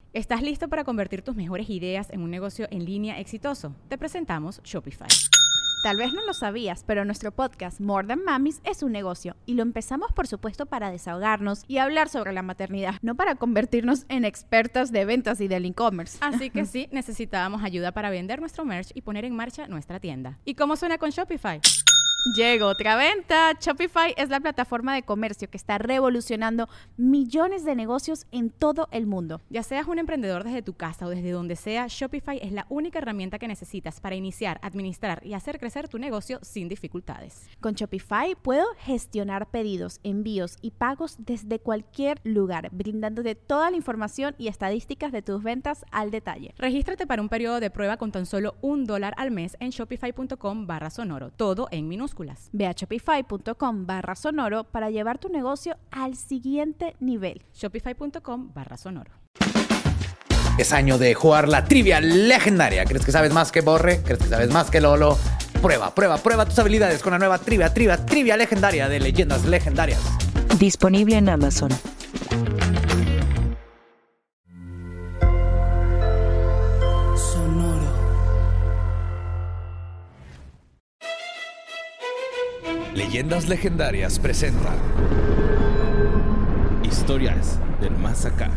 ¿Estás listo para convertir tus mejores ideas en un negocio en línea exitoso? Te presentamos Shopify. Tal vez no lo sabías, pero nuestro podcast More Than Mamis es un negocio y lo empezamos por supuesto para desahogarnos y hablar sobre la maternidad, no para convertirnos en expertas de ventas y del e-commerce. Así que sí, necesitábamos ayuda para vender nuestro merch y poner en marcha nuestra tienda. ¿Y cómo suena con Shopify? Llegó otra venta. Shopify es la plataforma de comercio que está revolucionando millones de negocios en todo el mundo. Ya seas un emprendedor desde tu casa o desde donde sea, Shopify es la única herramienta que necesitas para iniciar, administrar y hacer crecer tu negocio sin dificultades. Con Shopify puedo gestionar pedidos, envíos y pagos desde cualquier lugar, brindándote toda la información y estadísticas de tus ventas al detalle. Regístrate para un periodo de prueba con tan solo $1 al mes en shopify.com/sonoro, todo en minúsculas. Ve a shopify.com/sonoro para llevar tu negocio al siguiente nivel. Shopify.com/sonoro. Es año de jugar la trivia legendaria. ¿Crees que sabes más que Borre? ¿Crees que sabes más que Lolo? Prueba tus habilidades con la nueva trivia legendaria de Leyendas Legendarias. Disponible en Amazon. Leyendas Legendarias presenta Historias del Más Acá.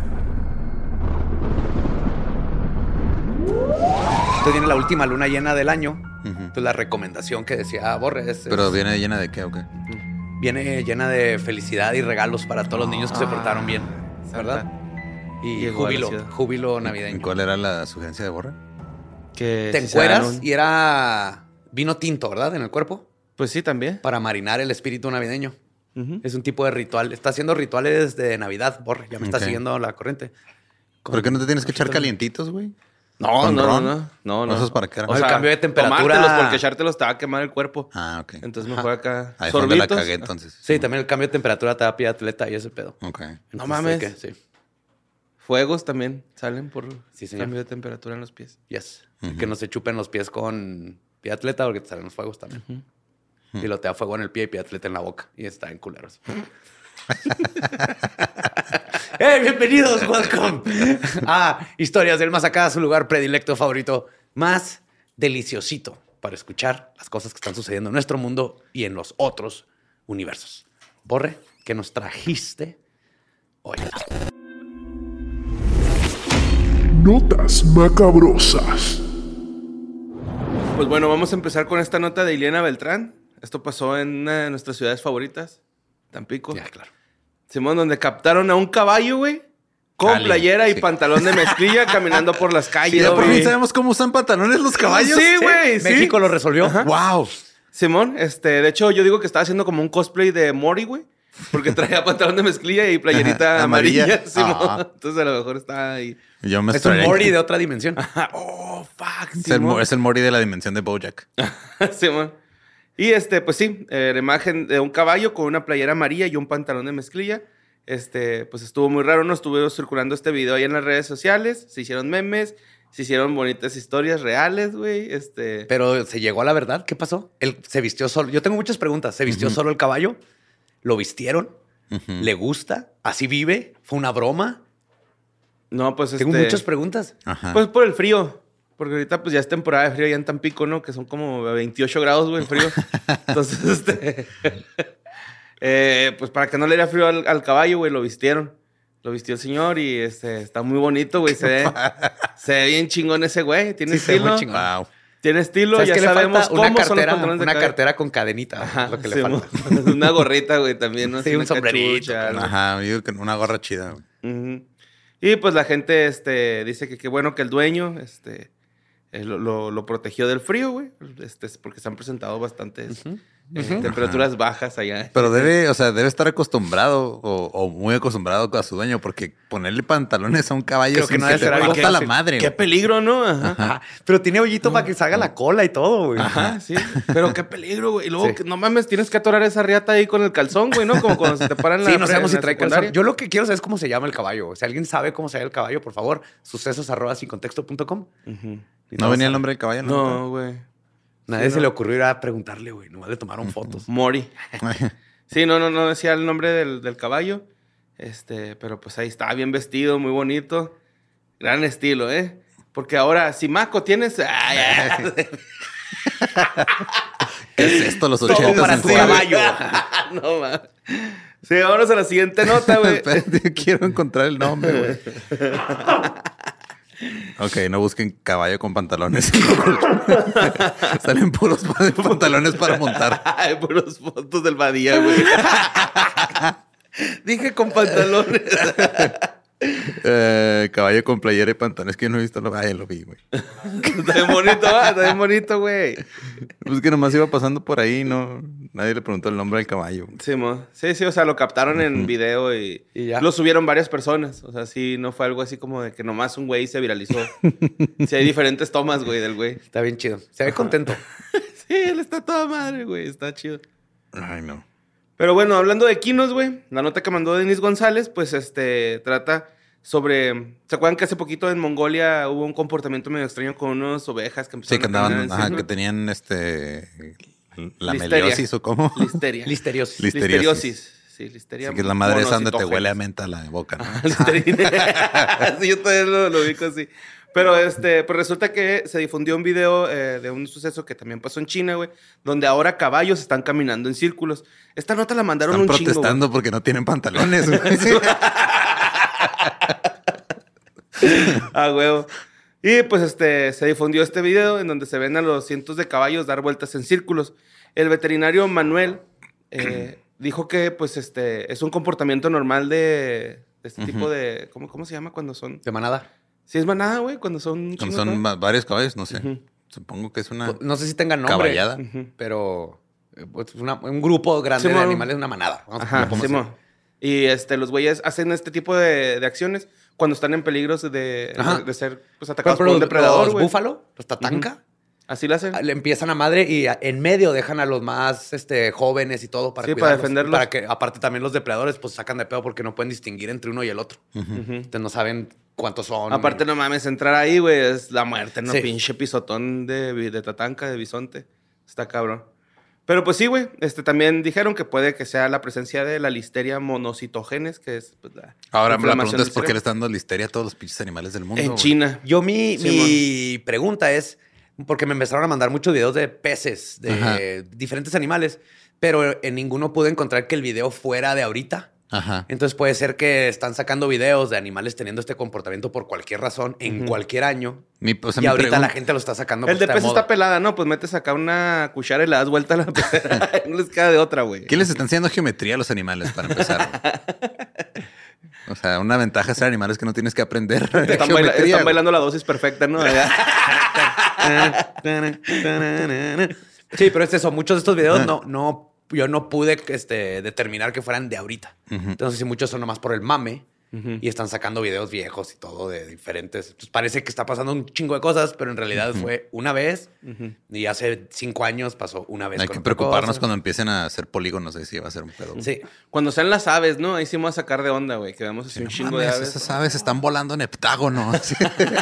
Esto viene la última luna llena del año. Entonces la recomendación que decía Borre es... ¿Pero viene llena de qué o qué? Viene llena de felicidad y regalos para todos los niños que se portaron bien, ¿verdad? Y júbilo navideño. ¿Y cuál era la sugerencia de Borre? Que te encueras y era vino tinto, ¿verdad? En el cuerpo. Pues sí, también. Para marinar el espíritu navideño. Es un tipo de ritual. Está haciendo rituales de Navidad, Borre. Ya me está siguiendo la corriente. ¿Por qué no te tienes que echar calientitos, güey? No. ¿Eso es para qué? O sea, el cambio de temperatura. Tomártelos porque echártelos te va a quemar el cuerpo. Ah, ok. Entonces mejor acá. Ahí fue donde la cagué, entonces. Sí, también el cambio de temperatura te da pie de atleta y ese pedo. Ok. No mames. Sí. Fuegos también salen por señor. Cambio de temperatura en los pies. Yes. Que no se chupen los pies con pie de atleta porque te salen los fuegos también. Y lo te da fuego en el pie y pie de atleta en la boca. Y está en culeros. ¡Hey! Bienvenidos, welcome a Historias del Más Acá, su lugar predilecto, favorito, más deliciosito para escuchar las cosas que están sucediendo en nuestro mundo y en los otros universos. Borre, ¿qué nos trajiste hoy? Notas macabrosas. Pues bueno, vamos a empezar con esta nota de Ileana Beltrán. Esto pasó en una de nuestras ciudades favoritas, Tampico. Ya, claro. Simón, donde captaron a un caballo, güey, con playera y pantalón de mezclilla caminando por las calles. Ya por güey. fin sabemos cómo usan pantalones los caballos. Sí, güey. Sí. México lo resolvió. Ajá. ¡Wow! Simón, de hecho, yo digo que estaba haciendo como un cosplay de Mori, güey. Porque traía pantalón de mezclilla y playerita amarilla. Simón. Entonces, a lo mejor está ahí. Yo me Es un Mori de otra dimensión. Oh, fuck. Es el Mori de la dimensión de BoJack. Simón. Y pues sí, la imagen de un caballo con una playera amarilla y un pantalón de mezclilla. Pues estuvo muy raro, ¿no? Estuvo circulando este video ahí en las redes sociales. Se hicieron memes, se hicieron bonitas historias reales, güey. Pero ¿se llegó a la verdad? ¿Qué pasó? Él se vistió solo. Yo tengo muchas preguntas. ¿Se vistió solo el caballo? ¿Lo vistieron? ¿Le gusta? ¿Así vive? ¿Fue una broma? No, pues Tengo muchas preguntas. Ajá. Pues por el frío. Porque ahorita pues ya es temporada de frío allá en Tampico, ¿no? Que son como 28 grados, güey, frío. Entonces, pues para que no le diera frío al caballo, güey, lo vistieron. Lo vistió el señor y está muy bonito, güey. Se ve bien chingón ese güey. Tiene estilo. Muy chingón. Wow. Tiene estilo. ¿Sabes Ya qué le sabemos falta? cómo son los pantalones de una caballo. cartera con cadenita. Ajá, es lo que sí, le falta. Una gorrita, güey, también, ¿no? Sí, Así un una sombrerito. cachucha, algo. Ajá, yo digo que una gorra chida, güey. Ujú. Y pues la gente dice que qué bueno que el dueño lo protegió del frío, güey. Porque se han presentado bastantes temperaturas bajas allá. Pero debe estar acostumbrado o muy acostumbrado a su dueño, porque ponerle pantalones a un caballo Creo que no debe ser algo corta la fácil. madre. Qué güey. peligro, ¿no? Ajá. Ajá. Pero tiene hoyito para que salga la cola y todo, güey. Ajá, sí. Pero qué peligro, güey. Y luego, Sí. no mames, tienes que atorar esa riata ahí con el calzón, güey, ¿no? Como cuando se te paran la Sí, no sabemos si trae secundaria. calzón. Yo lo que quiero saber es cómo se llama el caballo. Si alguien sabe cómo se llama el caballo, por favor, sucesos@sincontexto.com. ¿No venía el nombre del caballo? No, güey. Nadie Sí, se no. le ocurrió ir a preguntarle, güey. Nomás le tomaron fotos. Mori. Sí, no decía el nombre del caballo. Pero pues ahí estaba bien vestido, muy bonito. Gran estilo, ¿eh? Porque ahora, si Maco tienes... ¿Qué es esto? Los Todo 80 para tu caballo. No, mames. Sí, vámonos a la siguiente nota, güey. Espérate, quiero encontrar el nombre, güey. Ok, no busquen caballo con pantalones. Salen puros pantalones para montar. Ay, puros fotos del Badía, güey. Dije con pantalones. Caballo con playera y pantalones que yo no he visto. Ay, lo vi, güey. Está bien bonito, está bien bonito, güey. Pues que nomás iba pasando por ahí, no. Nadie le preguntó el nombre del caballo. Sí, sí, o sea, lo captaron en video y ya. lo subieron varias personas. O sea, sí, no fue algo así como de que nomás un güey se viralizó. Sí, hay diferentes tomas, güey, del güey. Está bien chido. Se ve contento. Sí, él está toda madre, güey. Está chido. Ay, no. Pero bueno, hablando de quinos, güey, la nota que mandó Denis González, pues trata sobre... ¿Se acuerdan que hace poquito en Mongolia hubo un comportamiento medio extraño con unas ovejas que Sí, empezaron que a andaban, caminar ajá, encima? que tenían la Listeria. meliosis o cómo. Listeria. Listeriosis. Listeriosis. Sí, listeria. Sí, que es la madre esa donde te monocytógenes. huele a menta la boca, ¿no? Listerina. Sí, yo todavía lo ubico así. Pero pues resulta que se difundió un video de un suceso que también pasó en China, güey, donde ahora caballos están caminando en círculos. Esta nota la mandaron Están un chingo, protestando porque no tienen pantalones, güey. Ah, huevo. Y pues se difundió este video en donde se ven a los cientos de caballos dar vueltas en círculos. El veterinario Manuel dijo que pues es un comportamiento normal de este tipo de... ¿Cómo se llama cuando son? De manada. Sí, es manada, güey, cuando son... Como chingos, son ¿no? varios caballos, no sé. Ujú. Supongo que es una No sé si tengan nombre. caballada. Ujú. Pero pues, un grupo grande Sí, de mo. animales, una manada. Vamos a Ajá, ponerlo como Simón. Y los güeyes hacen este tipo de acciones cuando están en peligros de ser pues, así. atacados Por por un ejemplo, depredador, los güey. búfalo, los tatanca, Así lo hacen. le empiezan a madre y en medio dejan a los más jóvenes y todo para Sí, para cuidarlos. defenderlos. Para que, aparte, también los depredadores pues sacan de pedo porque no pueden distinguir entre uno y el otro. Ujú. Entonces no saben cuántos son. Aparte, no mames, entrar ahí, güey, es la muerte, ¿no? Sí. Pinche pisotón de tatanca, de bisonte. Está cabrón. Pero pues sí, güey, también dijeron que puede que sea la presencia de la listeria monocytógenes, que es pues, la Ahora la inflamación pregunta es del por qué le cerebro. están dando listeria a todos los pinches animales del mundo. En güey. China. Yo mi Sí, pregunta es, porque me empezaron a mandar muchos videos de peces, Ajá. de diferentes animales, pero en ninguno pude encontrar que el video fuera de ahorita. Ajá. Entonces puede ser que están sacando videos de animales teniendo este comportamiento por cualquier razón, en cualquier año. O sea, Y mi ahorita la pregunta- gente lo está sacando. El pues, de está pez moda. está pelada, ¿no? Pues metes acá una cuchara y le das vuelta a la pecera. No les queda de otra, güey. ¿Qué les está enseñando geometría a los animales para empezar? O sea, una ventaja de ser animales que no tienes que aprender. Están geometría, güey. bailando la dosis perfecta, ¿no? Sí, pero es eso. Muchos de estos videos yo no pude determinar que fueran de ahorita. Ujú. Entonces, si muchos son nomás por el mame y están sacando videos viejos y todo de diferentes. Entonces, parece que está pasando un chingo de cosas, pero en realidad fue una vez y hace 5 años pasó una vez. Hay con que otra preocuparnos cosa. cuando empiecen a hacer polígonos. Ahí sí va a ser un pedo. Sí. Cuando sean las aves, ¿no? Ahí sí me voy a sacar de onda, güey. Que vemos así un No chingo de mames, aves. esas aves están volando en heptágono. Sí.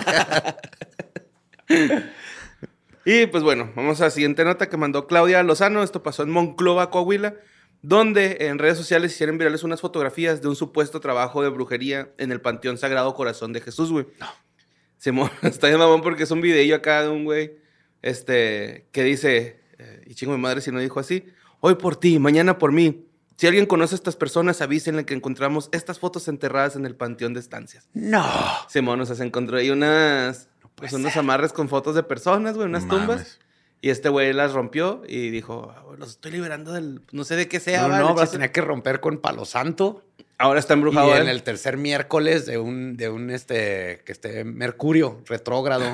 Y pues bueno, vamos a la siguiente nota que mandó Claudia Lozano. Esto pasó en Monclova, Coahuila, donde en redes sociales hicieron virales unas fotografías de un supuesto trabajo de brujería en el Panteón Sagrado Corazón de Jesús, güey. No. Simón, está bien mamón porque es un videillo acá de un güey que dice, y chingo de madre si no dijo así, hoy por ti, mañana por mí. Si alguien conoce a estas personas, avísenle que encontramos estas fotos enterradas en el Panteón de Estancias. No. Simón, o sea, se encontró ahí unos amarres con fotos de personas, güey, unas tumbas. Mames. Y este güey las rompió y dijo, "Ah, los estoy liberando del... No sé de qué sea. No, vale, pero chiste". tenía que romper con Palo Santo. Ahora está Y embrujado. en el tercer miércoles de un que esté Mercurio retrógrado.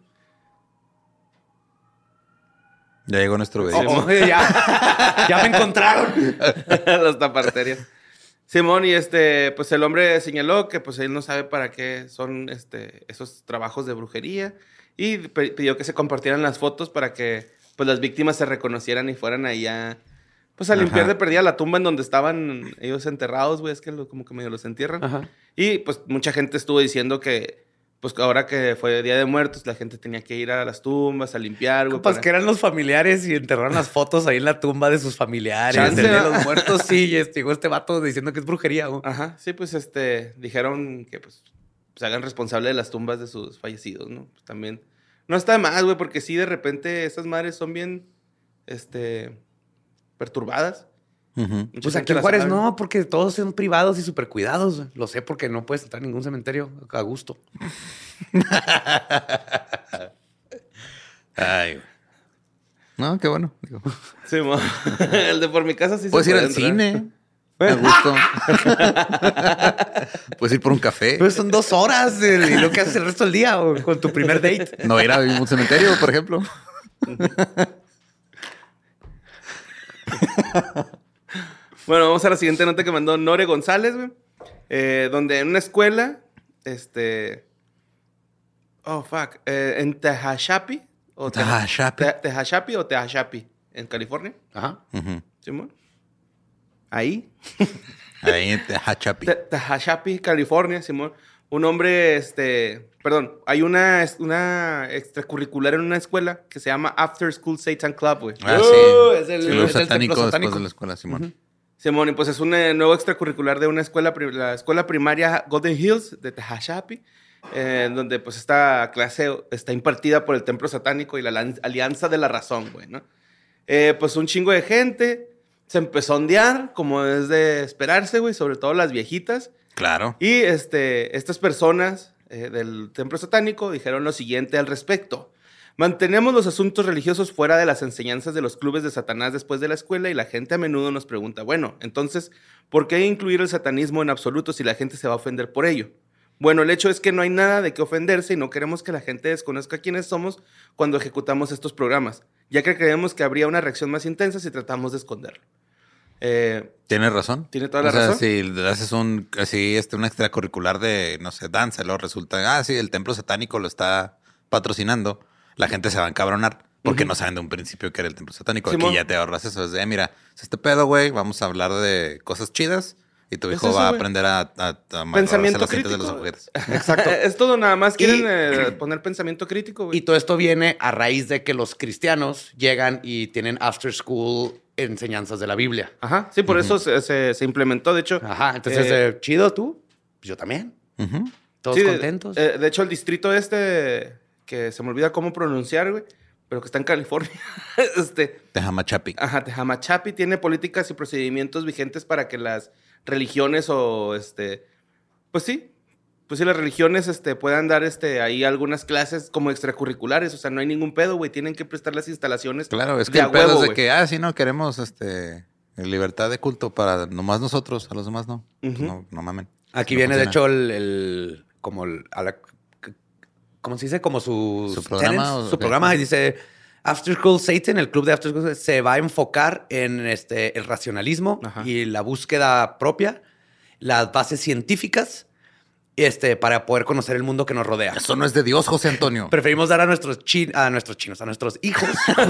Ya llegó nuestro video. Ya me encontraron. Las taparterias. Simón, y pues el hombre señaló que pues él no sabe para qué son esos trabajos de brujería y pidió que se compartieran las fotos para que pues las víctimas se reconocieran y fueran allá pues a limpiar Ajá. de perdida la tumba en donde estaban ellos enterrados, güey, es que como que medio los entierran. Ajá. Y pues mucha gente estuvo diciendo que pues ahora que fue Día de Muertos, la gente tenía que ir a las tumbas a limpiar, güey. Pues que eran los familiares y enterraron las fotos ahí en la tumba de sus familiares. Chance, El de ¿verdad? los muertos, sí. Y llegó este vato diciendo que es brujería, güey. Ajá, sí, pues dijeron que pues se hagan responsable de las tumbas de sus fallecidos, ¿no? Pues también no está de más, güey, porque sí, de repente esas madres son bien, perturbadas. Ujú. Mucha Pues gente aquí en las Juárez sabe. no, porque todos son privados y súper cuidados. Lo sé porque no puedes entrar a ningún cementerio a gusto. Ay, güey. No, qué bueno. Digo, Sí, el de por mi casa sí puedes se ir puede al entrar. cine. A gusto. Puedes ir por un café. Pues son 2 horas y lo que haces el resto del día o con tu primer date. No ir a un cementerio, por ejemplo. Bueno, vamos a la siguiente nota que mandó Nore González, güey. Donde en una escuela, en Tehachapi. Tehachapi. Tehachapi o Tehachapi, en California. Ajá. Ujú. ¿Simón? Ahí. Ahí en Tehachapi. Tehachapi, California, Simón. Un hombre, hay una extracurricular en una escuela que se llama After School Satan Club, güey. Ah, Oh, sí. es el- Sí, los es el templo satánicos después satánico. de la escuela, Simón. Simón, y pues es un nuevo extracurricular de una escuela, la escuela primaria Golden Hills de Tehachapi, donde pues esta clase está impartida por el templo satánico y la Alianza de la Razón, güey, ¿no? Pues un chingo de gente se empezó a ondear, como es de esperarse, güey, sobre todo las viejitas. Claro. Y estas personas del templo satánico dijeron lo siguiente al respecto. Mantenemos los asuntos religiosos fuera de las enseñanzas de los clubes de Satanás después de la escuela y la gente a menudo nos pregunta, bueno, entonces, ¿por qué incluir el satanismo en absoluto si la gente se va a ofender por ello? Bueno, el hecho es que no hay nada de qué ofenderse y no queremos que la gente desconozca quiénes somos cuando ejecutamos estos programas, ya que creemos que habría una reacción más intensa si tratamos de esconderlo. Tienes razón. Tiene toda la o sea, razón. si haces un extracurricular de, no sé, danza, luego resulta, sí, el templo satánico lo está patrocinando, la gente se va a encabronar porque no saben de un principio que era el templo satánico. Simón. Aquí ya te ahorras eso. Es de, mira, es este pedo, güey, vamos a hablar de cosas chidas y tu Es hijo eso, va a güey. aprender a Pensamiento las cintas de los crítico. agujeros. Exacto. Es todo, nada más Y- quieren poner pensamiento crítico, güey. Y todo esto viene a raíz de que los cristianos llegan y tienen after school enseñanzas de la Biblia. Ajá, sí, por eso se implementó, de hecho. Ajá. Entonces, chido tú, pues yo también. Ujú. Todos sí, contentos. De hecho, el distrito que se me olvida cómo pronunciar, güey, pero que está en California, Tehamachapi. Tehamachapi tiene políticas y procedimientos vigentes para que las religiones pues sí, las religiones puedan dar ahí algunas clases como extracurriculares, o sea, no hay ningún pedo, güey, tienen que prestar las instalaciones. Claro, es que de el a pedo huevo, es de güey. que, sí, no, queremos libertad de culto para nomás nosotros, a los demás no. Pues Ujú. no mamen. Aquí No viene, de funciona. hecho, ¿cómo se dice? Como ¿Su programa tenets, o su qué? programa. Y dice, After School Satan, el club de After School, se va a enfocar en el racionalismo Ajá. y la búsqueda propia, las bases científicas, para poder conocer el mundo que nos rodea. Eso no es de Dios, José Antonio. Preferimos dar a nuestros hijos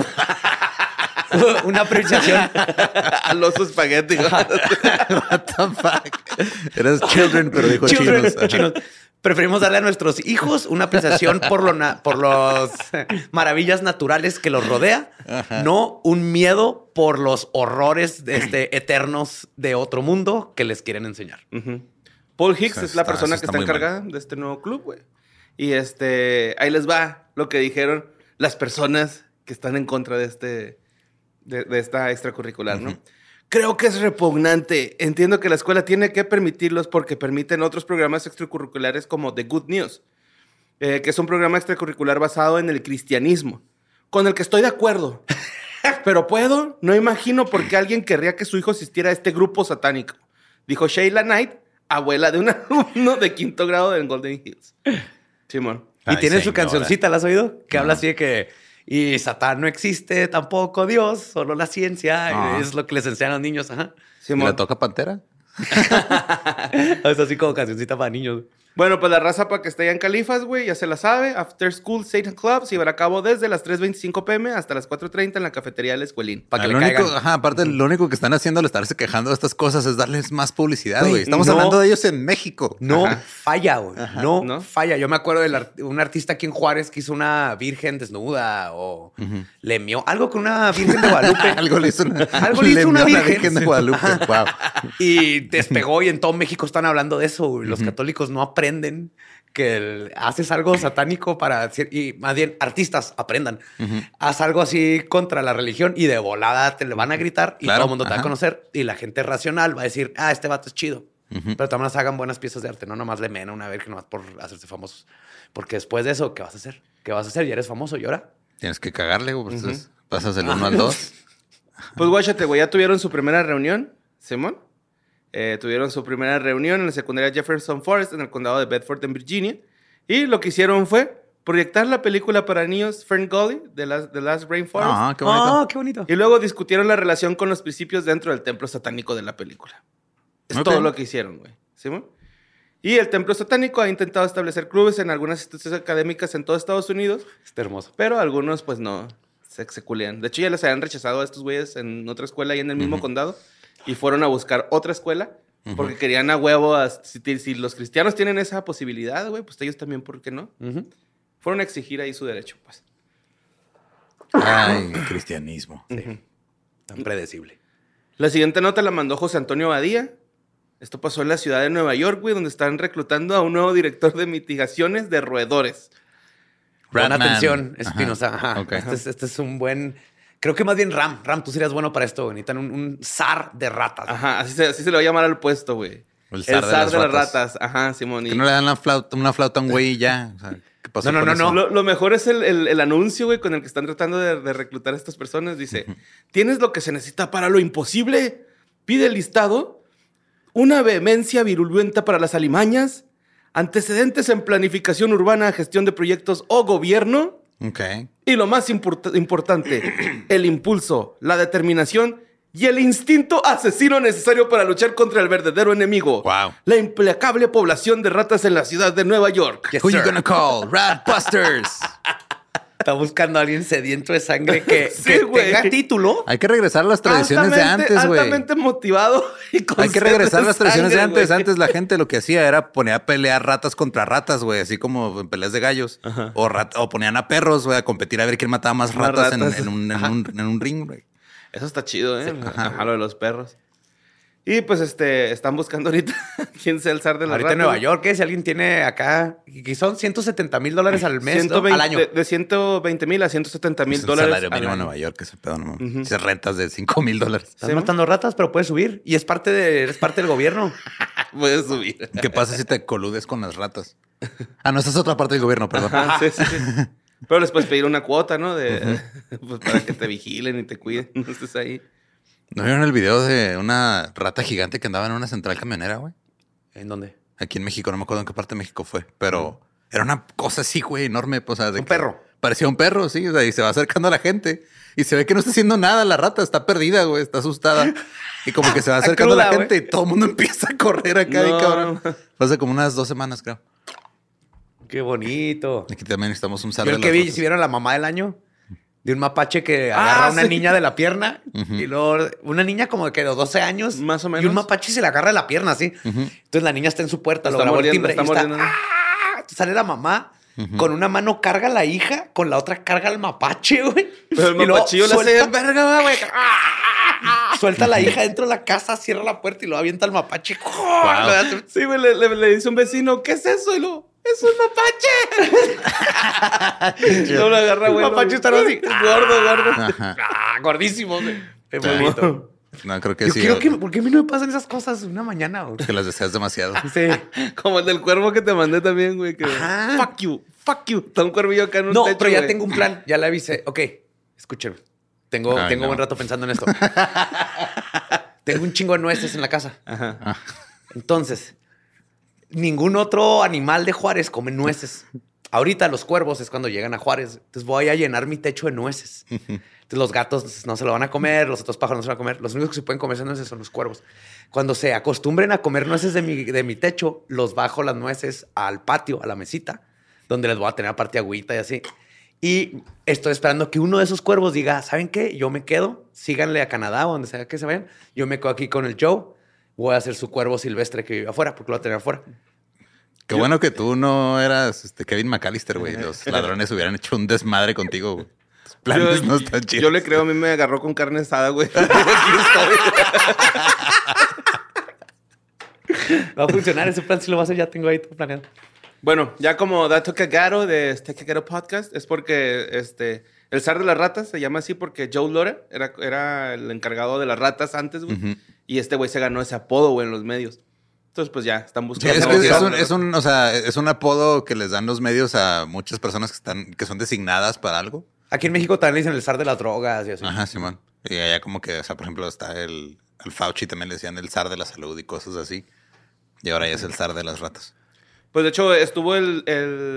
una apreciación. A los espagueti. What the fuck? Eres children, pero dijo Children, chinos. Ajá. chinos. Preferimos darle a nuestros hijos una apreciación por las maravillas naturales que los rodea, no un miedo por los horrores eternos de otro mundo que les quieren enseñar. Ujú. Paul Hicks O sea, es la está- persona eso que está está muy mal. encargada de este nuevo club, güey. Y ahí les va lo que dijeron las personas que están en contra de esta extracurricular, ¿no? Creo que es repugnante. Entiendo que la escuela tiene que permitirlos porque permiten otros programas extracurriculares como The Good News, que es un programa extracurricular basado en el cristianismo, con el que estoy de acuerdo. Pero no imagino por qué alguien querría que su hijo asistiera a este grupo satánico, dijo Sheila Knight, abuela de un alumno de 5º grado en Golden Hills. Simón. Y Ay, tiene su señora. cancioncita, ¿la has oído? Que No. habla así de que... Y Satán no existe, tampoco Dios, solo la ciencia. Ah. Y es lo que les enseñan a los niños. Ajá. ¿Y Simón. la toca Pantera? Es así como cancioncita para niños. Bueno, pues la raza para que esté allá en Califas, güey, ya se la sabe. After School Satan Club se llevará a cabo desde las 3:25 p.m. hasta las 4:30 en la cafetería del Escuelín. Para que Lo le único, caigan. aparte, lo único que están haciendo al estarse quejando de estas cosas es darles más publicidad, Güey, güey. Estamos no. hablando de ellos en México. No Ajá. falla, güey. No, ¿no? falla. Yo me acuerdo de un artista aquí en Juárez que hizo una virgen desnuda o le mió algo con una virgen de Guadalupe. Algo le hizo una, Algo le hizo una envió a la virgen. de Guadalupe. Wow. Y despegó y en todo México están hablando de eso. Güey. Los católicos no aprenden haces algo satánico para decir, y más bien artistas aprendan. Haz algo así contra la religión y de volada te le van a gritar y todo el mundo te va a conocer y la gente racional va a decir, este vato es chido. Pero también hagan buenas piezas de arte, no nomás le mena una vez que nomás por hacerse famosos. Porque después de eso, ¿qué vas a hacer? ¿Qué vas a hacer? Ya eres famoso y ahora Tienes que cagarle, güey. Entonces pasas del 1 al 2. Pues guáchate, güey, ya tuvieron su primera reunión, Simón. Tuvieron su primera reunión en la secundaria Jefferson Forest, en el condado de Bedford, en Virginia. Y lo que hicieron fue proyectar la película para niños Ferngully, The Last Rainforest. Qué bonito. Qué bonito. Y luego discutieron la relación con los principios dentro del templo satánico de la película. Es todo lo que hicieron, güey. ¿Simón? Y el templo satánico ha intentado establecer clubes en algunas instituciones académicas en todo Estados Unidos. Está hermoso. Pero algunos, pues, no se culean. De hecho, ya les habían rechazado a estos güeyes en otra escuela ahí en el mismo condado. Y fueron a buscar otra escuela. Porque querían a huevo. Si los cristianos tienen esa posibilidad, güey, pues ellos también, ¿por qué no? Fueron a exigir ahí su derecho, pues. Ay, cristianismo. Sí. Tan predecible. La siguiente nota la mandó José Antonio Badía. Esto pasó en la ciudad de Nueva York, güey, donde están reclutando a un nuevo director de mitigaciones de roedores. Gran Rodman. atención, Espinosa. Ajá. Okay. Este es un buen... Creo que más bien Ram, tú serías bueno para esto. Necesitan un zar de ratas. Ajá, así se le va a llamar al puesto, güey. El zar zar de las ratas. Ajá, Simón. Que no le dan una flauta a un güey y ya. O sea, ¿qué pasó con eso? Lo mejor es el anuncio, güey, con el que están tratando de reclutar a estas personas. Dice, ¿tienes lo que se necesita para lo imposible? Pide el listado. Una vehemencia virulenta para las alimañas. Antecedentes en planificación urbana, gestión de proyectos o gobierno. Ok. Y lo más importante, el impulso, la determinación y el instinto asesino necesario para luchar contra el verdadero enemigo. Wow. La implacable población de ratas en la ciudad de Nueva York. Yes, Who you sir. gonna call? Ratbusters. Está buscando a alguien sediento de sangre que, Sí, que güey. tenga título. Hay que regresar a las tradiciones de antes, güey. Altamente motivado y con Hay que sed regresar a de las tradiciones de sangre, antes. güey. Antes la gente lo que hacía era poner a pelear ratas contra ratas, güey. Así como en peleas de gallos. O ponían a perros, güey, a competir a ver quién mataba más Más ratas, ratas. en un ring, güey. Eso está chido, ¿eh? Ajá. Ajá, lo de los perros. Y pues están buscando ahorita quién sea el zar de las Ahorita ratas. en Nueva York, ¿qué? Si alguien tiene acá... Y son $170,000 al mes, ¿no? 120, Al año. De 120,000 a 170,000 Es el dólares. salario mínimo al en año. Nueva York, ese pedo, no mames. Si rentas de $5,000. Estás matando ratas, pero puedes subir. Y es parte del gobierno. Puedes subir. ¿Qué pasa si te coludes con las ratas? No, esa es otra parte del gobierno, perdón. Ajá, sí. Pero les puedes pedir una cuota, ¿no? Pues para que te vigilen y te cuiden. No estés ahí. ¿No vieron el video de una rata gigante que andaba en una central camionera, güey? ¿En dónde? Aquí en México, no me acuerdo en qué parte de México fue, pero era una cosa así, güey, enorme. O sea, Un perro. Parecía un perro, sí. O sea, y se va acercando a la gente y se ve que no está haciendo nada la rata, está perdida, güey, está asustada. Y como que se va acercando a la Cruda, gente y todo el mundo empieza a correr acá, No. y cabrón. Fue hace como unas 2 semanas, creo. Qué bonito. Aquí también necesitamos un zar Yo de el que las vi, ratas. si vieron la mamá del año, de un mapache que agarra a una sí. niña de la pierna y luego una niña como de 12 años. Más o Y menos. un mapache se le agarra de la pierna así. Entonces la niña está en su puerta, lo Está grabó el mordiendo, timbre está y está... mordiendo. Entonces sale la mamá, con una mano carga a la hija, con la otra carga al mapache, güey. Pero el Y luego mapachillo le hace suelta- verga, güey. Suelta a la hija dentro de la casa, cierra la puerta y lo avienta al mapache. Sí, güey, le dice un vecino, ¿qué es eso? Y luego, ¡es un mapache! No lo agarra, güey. El mapache está así. Gordo. Ajá. Gordísimo, güey. Qué Sí. bonito. No, creo que Yo sí. creo que... ¿Por qué a mí no me pasan esas cosas una mañana, güey? que las deseas demasiado. Sí. Como el del cuervo que te mandé también, güey. Que, Ajá. fuck you. Está un cuervillo acá en un No, techo, pero ya güey. tengo un plan. Ya le avisé. Ok, escúchenme. Tengo Ay, no. buen rato pensando en esto. Tengo un chingo de nueces en la casa. Ajá. Entonces, ningún otro animal de Juárez come nueces. Ahorita los cuervos es cuando llegan a Juárez. Entonces voy a llenar mi techo de nueces. Entonces los gatos no se lo van a comer, los otros pájaros no se lo van a comer. Los únicos que se pueden comer esas nueces son los cuervos. Cuando se acostumbren a comer nueces de mi techo, los bajo las nueces al patio, a la mesita, donde les voy a tener aparte agüita y así. Y estoy esperando que uno de esos cuervos diga, ¿saben qué? Yo me quedo, síganle a Canadá o donde sea que se vayan. Yo me quedo aquí con el Joe. Voy a hacer su cuervo silvestre que vive afuera, porque lo va a tener afuera. Qué bueno que tú no eras Kevin McAllister, güey. Los ladrones hubieran hecho un desmadre contigo, güey. Tus planes no están chidos. Yo le creo, a mí me agarró con carne asada, güey. Aquí estoy. Va a funcionar ese plan, si lo va a hacer, ya tengo ahí todo planeado. Bueno, ya como dato cagado de este Cagado Podcast, es porque el zar de las ratas se llama así porque Joe Lora era el encargado de las ratas antes, güey. Ujú. Y este güey se ganó ese apodo, güey, en los medios. Entonces, pues ya, están Sí, buscando. es que o sea, es un apodo que les dan los medios a muchas personas que son designadas para algo. Aquí en México también le dicen el zar de las drogas y así. Ajá, Simón. Y allá como que, o sea, por ejemplo, está el Fauci, también le decían el zar de la salud y cosas así. Y ahora ya es el zar de las ratas. Pues de hecho, estuvo el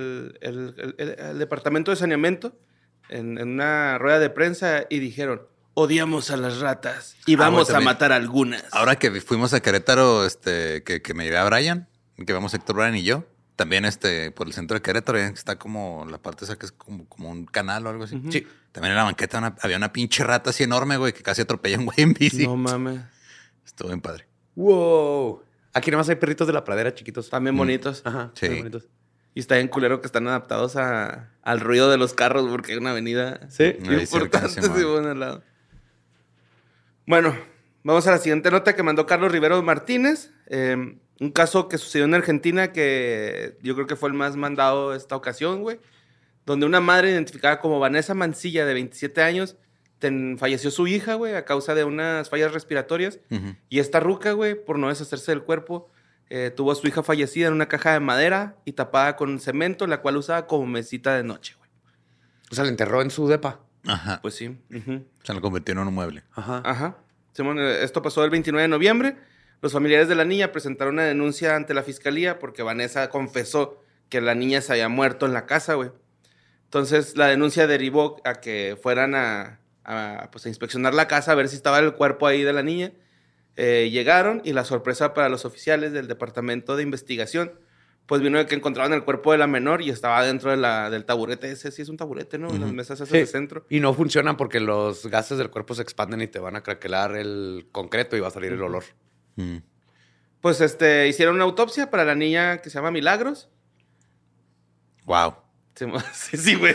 departamento de saneamiento en una rueda de prensa y dijeron: odiamos a las ratas y vamos güey, a matar algunas. Ahora que fuimos a Querétaro, que me llevé a Brian, que vamos Héctor, Brian y yo, también por el centro de Querétaro, está como la parte esa que es como un canal o algo así. Sí. También en la banqueta había una pinche rata así enorme, güey, que casi atropella a un güey en bici. No mames. Estuvo bien padre. Wow. Aquí nada más hay perritos de la pradera chiquitos. También bonitos. Ajá. Sí. muy bonitos. Y está bien culero que están adaptados al ruido de los carros porque hay una avenida Sí. Ahí cerca, importante Simón. Simón, al lado. Bueno, vamos a la siguiente nota que mandó Carlos Rivero Martínez. Un caso que sucedió en Argentina que yo creo que fue el más mandado esta ocasión, güey. Donde una madre identificada como Vanessa Mancilla, de 27 años, falleció su hija, güey, a causa de unas fallas respiratorias. Ujú. Y esta ruca, güey, por no deshacerse del cuerpo, tuvo a su hija fallecida en una caja de madera y tapada con cemento, la cual usaba como mesita de noche, güey. O sea, le enterró en su depa. Ajá. Pues sí. Ujú. Se lo convirtió en un mueble. Ajá. Ajá. Simón, esto pasó el 29 de noviembre. Los familiares de la niña presentaron una denuncia ante la fiscalía porque Vanessa confesó que la niña se había muerto en la casa, güey. Entonces, la denuncia derivó a que fueran a inspeccionar la casa a ver si estaba el cuerpo ahí de la niña. Llegaron y la sorpresa para los oficiales del departamento de investigación, pues vino de que encontraron el cuerpo de la menor y estaba dentro del taburete. Ese sí es un taburete, ¿no? Y las mesas esas Sí. de centro. Y no funcionan porque los gases del cuerpo se expanden y te van a craquelar el concreto y va a salir el olor. Mm. Pues hicieron una autopsia para la niña que se llama Milagros. Wow. Sí, güey.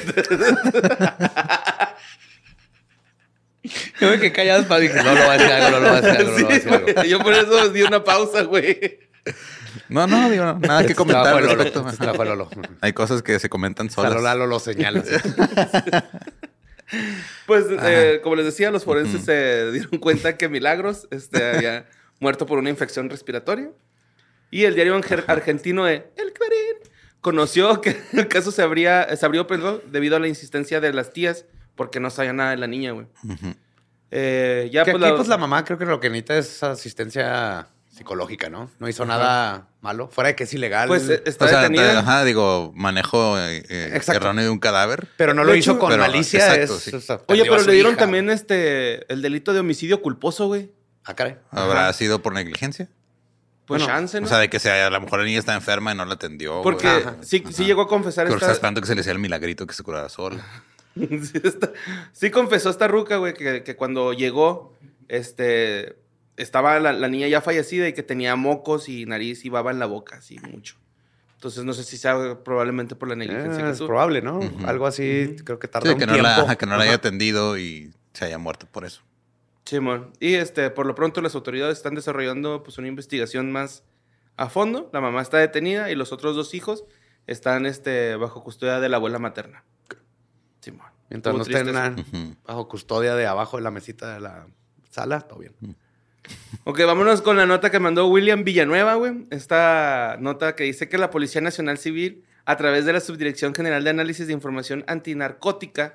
Yo me quedé callado para decir, no lo va a decir algo, no lo va a decir algo, no lo va a decir algo. Sí, güey. Yo por eso di una pausa, güey. No, digo, nada que comentar Trabajo al de Lolo, respecto. este es trabajo de Lolo. Hay cosas que se comentan O sea, solas. Lolo lo señala. Pues, como les decía, los forenses se dieron cuenta que Milagros había muerto por una infección respiratoria. Y el diario argentino El Clarín conoció que el caso se abrió debido a la insistencia de las tías porque no sabía nada de la niña, güey. Ujú. Ya Que pues, aquí, pues, la mamá creo que lo que necesita es asistencia psicológica, ¿no? No hizo nada malo. Fuera de que es ilegal. pues está O sea, detenida. manejo Exacto. erróneo de un cadáver. pero no de lo hecho, hizo con pero- malicia. exacto, sí. O sea, Oye, perdió a pero su le dieron hija. también el delito de homicidio culposo, güey. Ah, caray. ¿Habrá sido por negligencia? Pues Bueno, chance, ¿no? O sea, de que a lo mejor la niña está enferma y no la atendió. Porque güey. sí llegó a confesar Pero está esta... esperando que se le hiciera el milagrito que se curara sola. Sí confesó esta ruca, güey, que cuando llegó, estaba la niña ya fallecida y que tenía mocos y nariz y baba en la boca, así mucho. Entonces no sé si sea probablemente por la negligencia que Es tuvo. probable, ¿no? Ujú. Algo así, creo que tarda Sí, un que no, tiempo. que no la haya Ajá. atendido y se haya muerto por eso. Simón. Y por lo pronto las autoridades están desarrollando pues una investigación más a fondo. La mamá está detenida y los otros 2 hijos están bajo custodia de la abuela materna. Simón. Mientras no Estuvo triste estén eso. Ujú. bajo custodia de abajo de la mesita de la sala, todo bien. Ok, vámonos con la nota que mandó William Villanueva, güey. Esta nota que dice que la Policía Nacional Civil, a través de la Subdirección General de Análisis de Información Antinarcótica,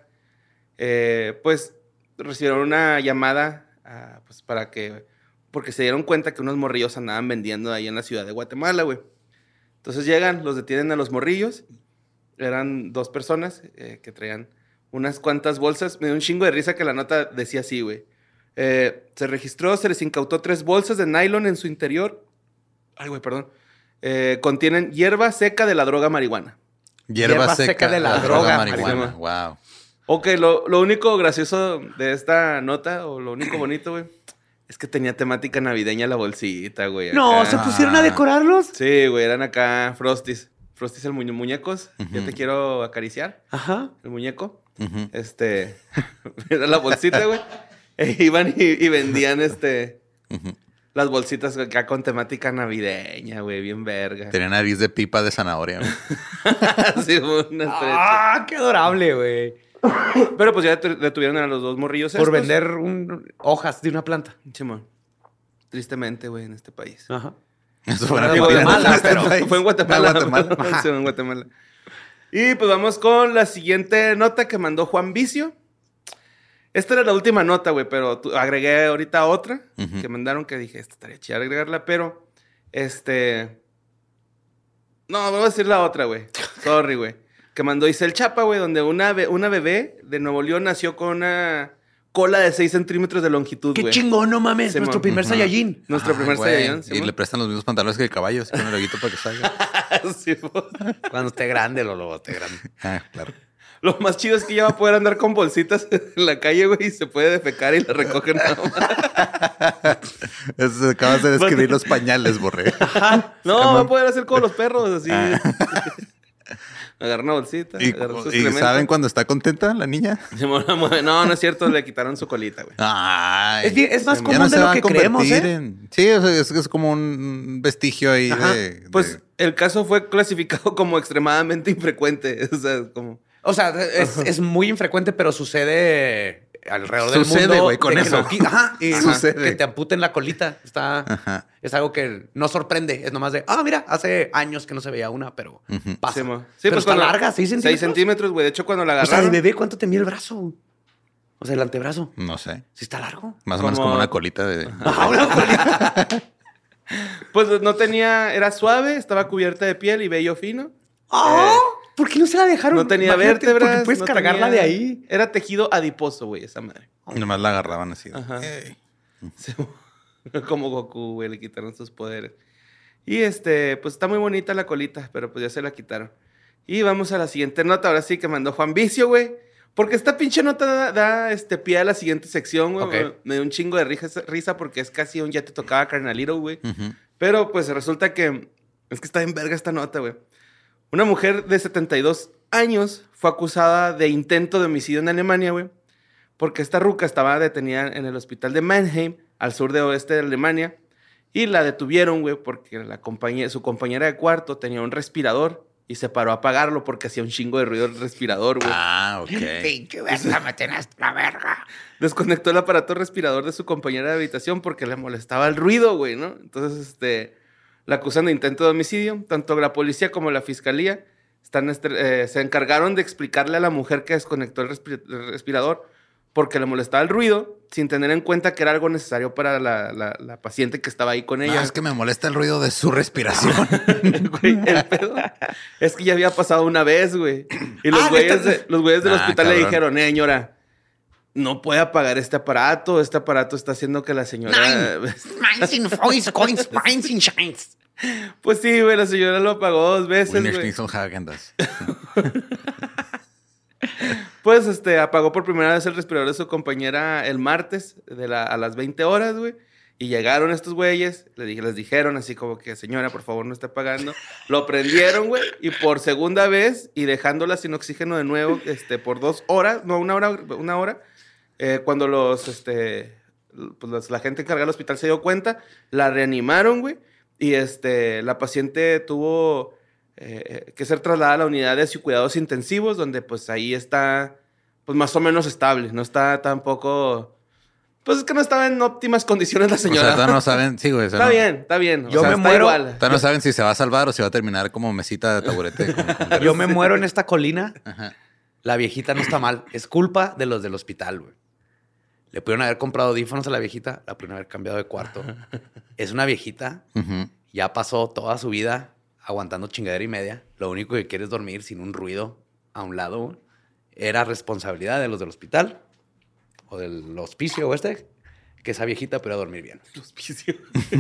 pues recibieron una llamada pues porque se dieron cuenta que unos morrillos andaban vendiendo ahí en la ciudad de Guatemala, güey. Entonces llegan, los detienen a los morrillos. Eran 2 personas que traían unas cuantas bolsas. Me dio un chingo de risa que la nota decía así, güey. Se les incautó 3 bolsas de nylon en su interior. Ay, güey, perdón. Contienen hierba seca de la droga marihuana. Hierba seca de la droga marihuana. Wow. Ok, lo único gracioso de esta nota, o lo único bonito, güey, es que tenía temática navideña la bolsita, güey. No, acá. ¿se pusieron a decorarlos? Sí, güey, eran acá Frosties. Frosties el muñecos. Yo te Ujú. quiero acariciar. Ajá. El muñeco. Ujú. Era la bolsita, güey. E iban y vendían Ujú. las bolsitas acá con temática navideña, güey, bien verga. Tenía nariz de pipa de zanahoria, güey. Sí, una ¡Ah, qué adorable, güey! Pero pues ya detuvieron a los dos morrillos Por estos. vender hojas de una planta. Simón. Tristemente, güey, en este país. Ajá. Eso fue Digo, en Guatemala, pero- Fue en Guatemala. Guatemala. Sí, en Guatemala. Y pues vamos con la siguiente nota que mandó Juan Vicio. Esta era la última nota, güey, pero agregué ahorita otra que mandaron que dije, esta estaría chida agregarla, pero no, voy a decir la otra, güey. Sorry, güey. Que mandó Isel Chapa, güey, donde una bebé de Nuevo León nació con una cola de 6 centímetros de longitud, ¡Qué güey. chingón, no mames! Simón. Nuestro primer Saiyajin. Nuestro primer güey. Saiyajin, Y Simón. le prestan los mismos pantalones que el caballo, así con el loguito para que salga. Simón. Cuando esté grande, Lolo, esté grande. Ah, claro. Lo más chido es que ya va a poder andar con bolsitas en la calle, güey, y se puede defecar y la recogen nada más. Eso, acabas de describir los pañales, borré. No, va a poder hacer como los perros, así. Agarra una bolsita, agarra su ¿Y excremento. saben cuando está contenta la niña? No, no es cierto, le quitaron su colita, güey. Ay, Es más ya común no de se lo va a que creemos, convertir ¿eh? en... Sí, o sea, es como un vestigio ahí Ajá. de... Pues el caso fue clasificado como extremadamente infrecuente. O sea, como... O sea, es muy infrecuente, pero sucede alrededor del Sucede, mundo. güey, con de que eso. Ajá, y Sucede. que te amputen la colita. Ajá. Es algo que no sorprende. Es nomás de, mira, hace años que no se veía una, pero pasa. Sí, mo. Sí, pero pues está cuando- larga, 6 centímetros. 6 centímetros, güey. De hecho, cuando la O sea, de agarraron... bebé, ¿cuánto te mide el brazo? O sea, el antebrazo. No sé. Sí está largo. Más o menos como una colita de... Ajá, una colita. Pues no tenía... Era suave, estaba cubierta de piel y vello fino. ¿Por qué no se la dejaron? No tenía Imagínate, vértebras. Porque puedes no cargarla tenía- de ahí. Era tejido adiposo, güey, esa madre. Nomás la agarraban así. Ajá. Ey. Sí, como Goku, güey, le quitaron sus poderes. Y pues está muy bonita la colita, pero pues ya se la quitaron. Y vamos a la siguiente nota, ahora sí que mandó Juan Vicio, güey. Porque esta pinche nota da pie a la siguiente sección, güey. Ok. Me dio un chingo de risa porque es casi un ya te tocaba carnalito, güey. Ujú. Pero pues resulta que es que está en verga esta nota, güey. Una mujer de 72 años fue acusada de intento de homicidio en Alemania, güey. Porque esta ruca estaba detenida en el hospital de Mannheim, al sur de oeste de Alemania. Y la detuvieron, güey, porque su compañera de cuarto tenía un respirador y se paró a apagarlo porque hacía un chingo de ruido el respirador, güey. Ah, ok. Pinche verga, me tenés la verga. Desconectó el aparato respirador de su compañera de habitación porque le molestaba el ruido, güey, ¿no? Entonces, la acusan de intento de homicidio. Tanto la policía como la fiscalía se encargaron de explicarle a la mujer que desconectó el respirador porque le molestaba el ruido, sin tener en cuenta que era algo necesario para la paciente que estaba ahí con ella. No, es que me molesta el ruido de su respiración. Güey, el pedo es que ya había pasado una vez, güey. Y los güeyes del hospital le cabrón. dijeron, señora, no puede apagar este aparato. Este aparato está haciendo que la señora... Pues sí, güey, la señora lo apagó 2 veces, Wiener güey. Schnitzel Häagen-Dazs. Pues, apagó por primera vez el respirador de su compañera el martes a las 20 horas, güey. Y llegaron estos güeyes, les dijeron así como que, señora, por favor, no esté apagando. Lo prendieron, güey, y por segunda vez, y dejándola sin oxígeno de nuevo, por 2 horas, no, una hora, cuando la gente encargada del hospital se dio cuenta, la reanimaron, güey, y la paciente tuvo que ser trasladada a la unidad de cuidados intensivos, donde pues ahí está, pues más o menos estable, no está tampoco... Pues es que no estaba en óptimas condiciones la O sea, señora. todavía no saben. Sí, güey. o sea, Está bien. O Yo sea, me está muero. igual. Todavía no saben si se va a salvar o si va a terminar como mesita de taburete. Yo me muero en esta colina. Ajá. La viejita no está mal. Es culpa de los del hospital, güey. Le pudieron haber comprado audífonos a la viejita. La pudieron haber cambiado de cuarto. Es una viejita. Ujú. Ya pasó toda su vida aguantando chingadera y media. Lo único que quiere es dormir sin un ruido a un lado, güey. Era responsabilidad de los del hospital o del hospicio que esa viejita pudiera dormir bien. Hospicio.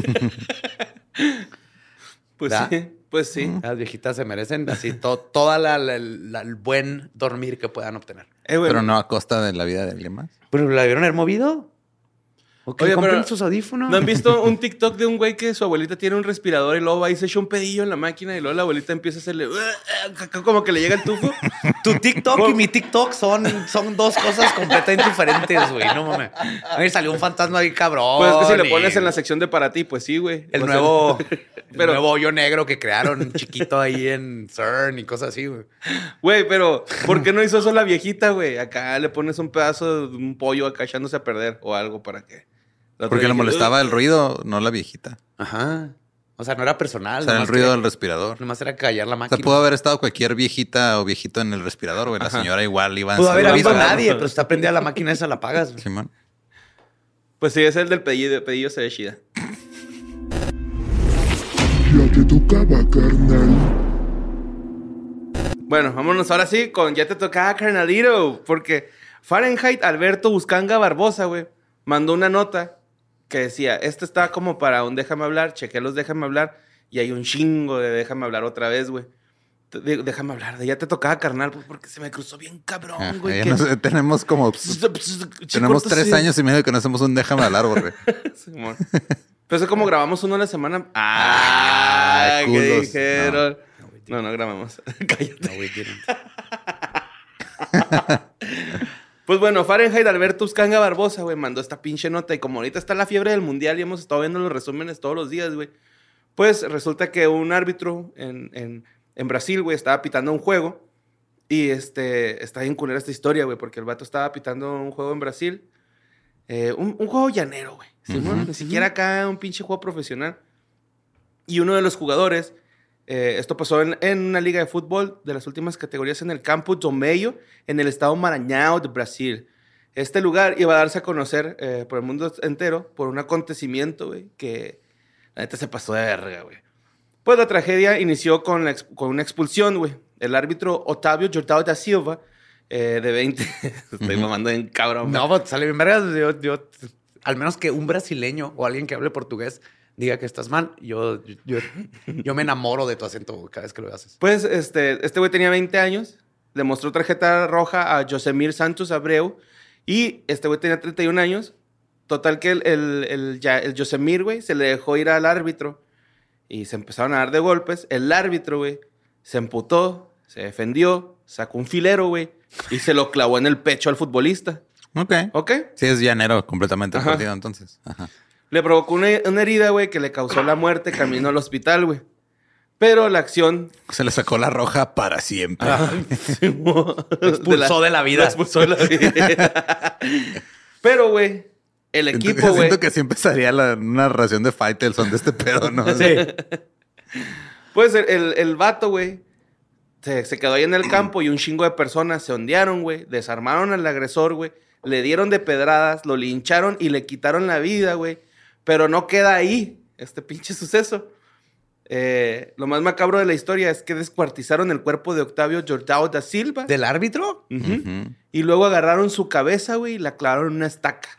Pues ¿verdad? sí, pues sí. Las viejitas se merecen así toda el buen dormir que puedan obtener. Güey, Pero no a costa de la vida de alguien más. ¿Pero la vieron haber movido? O que Oye, compren pero sus audífonos. ¿No han visto un TikTok de un güey que su abuelita tiene un respirador y luego va y se echa un pedillo en la máquina y luego la abuelita empieza a hacerle... como que le llega el tufo? Tu TikTok y mi TikTok son dos cosas completamente diferentes, güey. No mames. A mí salió un fantasma ahí cabrón. Pues es que si le pones en la sección de para ti, pues sí, güey. El O sea, nuevo... pero- El nuevo hoyo negro que crearon chiquito ahí en CERN y cosas así, güey. Güey, pero ¿por qué no hizo eso la viejita, güey? Acá le pones un pedazo de un pollo acá echándose a perder o algo para que... la otra Porque le dije, molestaba el ruido, no la viejita. Ajá. O sea, no era personal. O sea, el nomás ruido quería- del respirador. Nomás era callar la O máquina. sea, pudo haber estado cualquier viejita o viejito en el respirador, güey. La Ajá. señora igual iba a... Pudo haber habido apagando. nadie, pero está prendida la máquina esa, la apagas, güey. Simón. Pues sí, es el del pedillo, pedillo se ve chida. Ya te tocaba, carnal. Bueno, vámonos ahora sí con ya te tocaba, carnalito. Porque Fahrenheit Alberto Buscanga Barbosa, güey, mandó una nota que decía, esto está como para un déjame hablar, chequé los déjame hablar y hay un chingo de déjame hablar otra vez, güey. Déjame hablar, de ya te tocaba, carnal, pues porque se me cruzó bien cabrón, güey. Ya que- no sé, tenemos como... Tenemos 3 años y medio que no hacemos un déjame hablar, güey. Simón. Pero eso como grabamos uno a la semana. Ah, ¿qué culos. dijeron? No grabamos. Cállate. No, güey, didn't. Pues bueno, Fahrenheit Alberto Buscanga Barbosa, güey, mandó esta pinche nota. Y como ahorita está la fiebre del mundial y hemos estado viendo los resúmenes todos los días, güey. Pues resulta que un árbitro en Brasil, güey, estaba pitando un juego. Y está bien culera esta historia, güey, porque el vato estaba pitando un juego en Brasil. Un juego llanero, güey. Simón, ni siquiera acá un pinche juego profesional. Y uno de los jugadores, esto pasó en una liga de fútbol de las últimas categorías en el Campo do Meio, en el estado Maranhão de Brasil. Este lugar iba a darse a conocer por el mundo entero por un acontecimiento, güey, que la neta se pasó de verga, güey. Pues la tragedia inició con una expulsión, güey. El árbitro Otávio Jordão da Silva, de 20... Estoy mamando en cabrón. No, pues sale bien vergas. Yo, al menos que un brasileño o alguien que hable portugués diga que estás mal, yo me enamoro de tu acento, güey, cada vez que lo haces. Pues este güey tenía 20 años, le mostró tarjeta roja a Josemir Santos Abreu y este güey tenía 31 años. Total que el Josemir, güey, se le dejó ir al árbitro y se empezaron a dar de golpes. El árbitro, güey, se emputó, se defendió, sacó un filero, güey, y se lo clavó en el pecho al futbolista. Ok. ¿Ok? Sí, es llanero completamente el Ajá. partido, entonces. Ajá. Le provocó una herida, güey, que le causó la muerte camino al hospital, güey. Pero la acción... Se le sacó la roja para siempre. Lo expulsó de la vida. Lo expulsó de la vida. Pero, güey, el equipo, güey... Siento que sí empezaría una narración de Faitelson de este pedo, ¿no? Sí. Pues el vato, güey, se quedó ahí en el campo y un chingo de personas se ondearon, güey. Desarmaron al agresor, güey. Le dieron de pedradas, lo lincharon y le quitaron la vida, güey. Pero no queda ahí este pinche suceso. Lo más macabro de la historia es que descuartizaron el cuerpo de Octavio Jordão da Silva. ¿Del árbitro? Ujú. Ujú. Y luego agarraron su cabeza, güey, y la clavaron en una estaca.